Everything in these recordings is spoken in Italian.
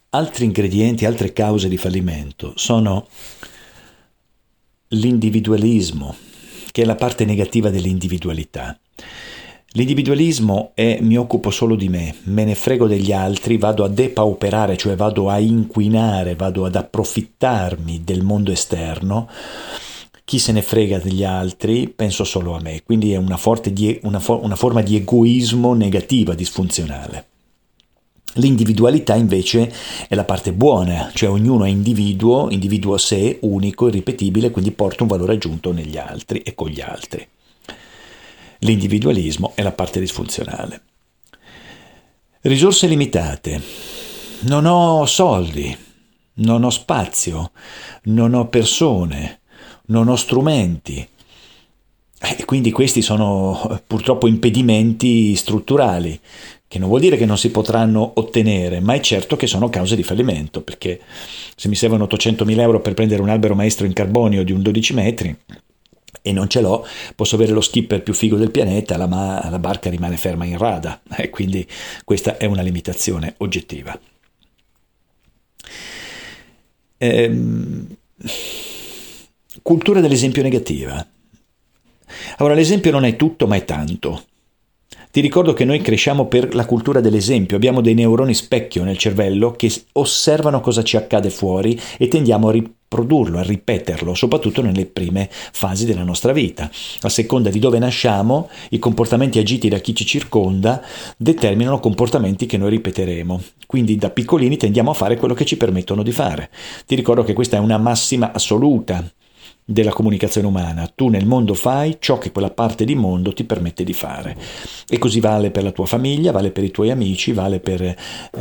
Altri ingredienti, altre cause di fallimento sono l'individualismo, che è la parte negativa dell'individualità. L'individualismo è mi occupo solo di me ne frego degli altri, vado a depauperare, cioè vado a inquinare, vado ad approfittarmi del mondo esterno. Chi se ne frega degli altri, penso solo a me. Quindi è una forma di egoismo negativa, disfunzionale. L'individualità invece è la parte buona, cioè ognuno è individuo sé, unico, irripetibile, quindi porta un valore aggiunto negli altri e con gli altri. L'individualismo è la parte disfunzionale. Risorse limitate. Non ho soldi, non ho spazio, non ho persone, non ho strumenti. E quindi questi sono purtroppo impedimenti strutturali, che non vuol dire che non si potranno ottenere, ma è certo che sono cause di fallimento, perché se mi servono 800.000 euro per prendere un albero maestro in carbonio di un 12 metri e non ce l'ho, posso avere lo skipper più figo del pianeta, la barca rimane ferma in rada, e quindi questa è una limitazione oggettiva. Cultura dell'esempio negativa. Allora, l'esempio non è tutto, ma è tanto. Ti ricordo che noi cresciamo per la cultura dell'esempio, abbiamo dei neuroni specchio nel cervello che osservano cosa ci accade fuori e tendiamo a riprodurlo, a ripeterlo, soprattutto nelle prime fasi della nostra vita. A seconda di dove nasciamo, i comportamenti agiti da chi ci circonda determinano comportamenti che noi ripeteremo. Quindi da piccolini tendiamo a fare quello che ci permettono di fare. Ti ricordo che questa è una massima assoluta della comunicazione umana. Tu nel mondo fai ciò che quella parte di mondo ti permette di fare, e così vale per la tua famiglia, vale per i tuoi amici, vale per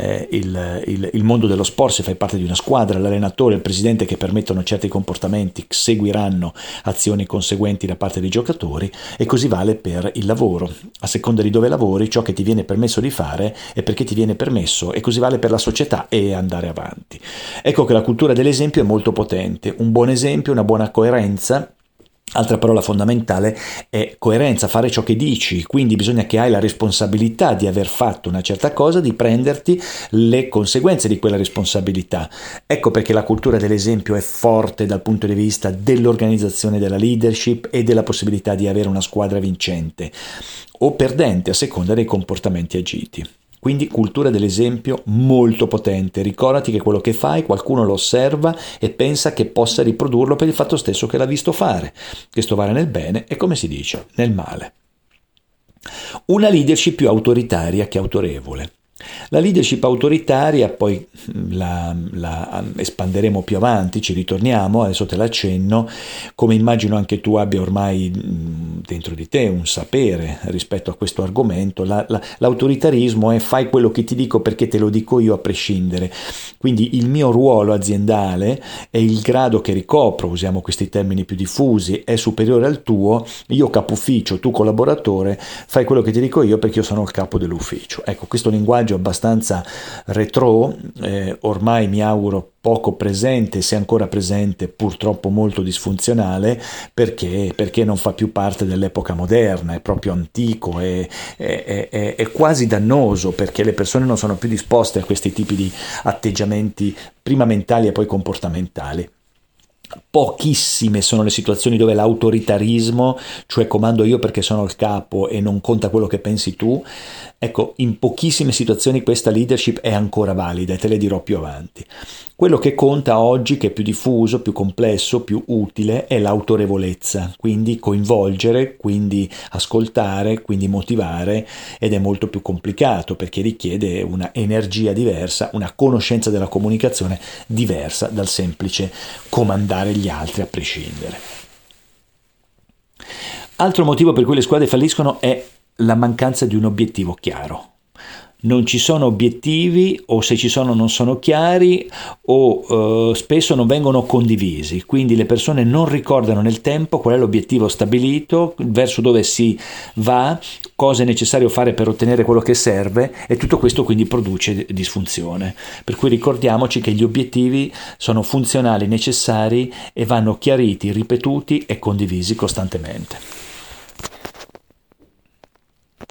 il mondo dello sport. Se fai parte di una squadra, l'allenatore, il presidente che permettono certi comportamenti seguiranno azioni conseguenti da parte dei giocatori, e così vale per il lavoro. A seconda di dove lavori, ciò che ti viene permesso di fare è perché ti viene permesso, e così vale per la società e andare avanti. Ecco che la cultura dell'esempio è molto potente. Un buon esempio, una buona coerenza. Altra parola fondamentale è coerenza, fare ciò che dici, quindi bisogna che hai la responsabilità di aver fatto una certa cosa, di prenderti le conseguenze di quella responsabilità. Ecco perché la cultura dell'esempio è forte dal punto di vista dell'organizzazione della leadership e della possibilità di avere una squadra vincente o perdente a seconda dei comportamenti agiti. Quindi cultura dell'esempio molto potente. Ricordati che quello che fai qualcuno lo osserva e pensa che possa riprodurlo per il fatto stesso che l'ha visto fare. Questo vale nel bene e, come si dice, nel male. Una leadership più autoritaria che autorevole. La leadership autoritaria poi la espanderemo più avanti, ci ritorniamo, adesso te la accenno, come immagino anche tu abbia ormai dentro di te un sapere rispetto a questo argomento. L'autoritarismo è fai quello che ti dico perché te lo dico io a prescindere, quindi il mio ruolo aziendale e il grado che ricopro, usiamo questi termini più diffusi, è superiore al tuo, io capo ufficio, tu collaboratore, fai quello che ti dico io perché io sono il capo dell'ufficio. Ecco, questo linguaggio abbastanza retro, ormai mi auguro poco presente, se ancora presente purtroppo molto disfunzionale, perché non fa più parte dell'epoca moderna, è proprio antico, è quasi dannoso, perché le persone non sono più disposte a questi tipi di atteggiamenti prima mentali e poi comportamentali. Pochissime sono le situazioni dove l'autoritarismo, cioè comando io perché sono il capo e non conta quello che pensi tu, ecco, in pochissime situazioni questa leadership è ancora valida, e te le dirò più avanti. Quello che conta oggi, che è più diffuso, più complesso, più utile, è l'autorevolezza, quindi coinvolgere, quindi ascoltare, quindi motivare, ed è molto più complicato perché richiede una energia diversa, una conoscenza della comunicazione diversa dal semplice comandare gli altri a prescindere. Altro motivo per cui le squadre falliscono è la mancanza di un obiettivo chiaro. Non ci sono obiettivi, o se ci sono non sono chiari, o spesso non vengono condivisi, quindi le persone non ricordano nel tempo qual è l'obiettivo stabilito, verso dove si va, cosa è necessario fare per ottenere quello che serve, e tutto questo quindi produce disfunzione. Per cui ricordiamoci che gli obiettivi sono funzionali, necessari, e vanno chiariti, ripetuti e condivisi costantemente.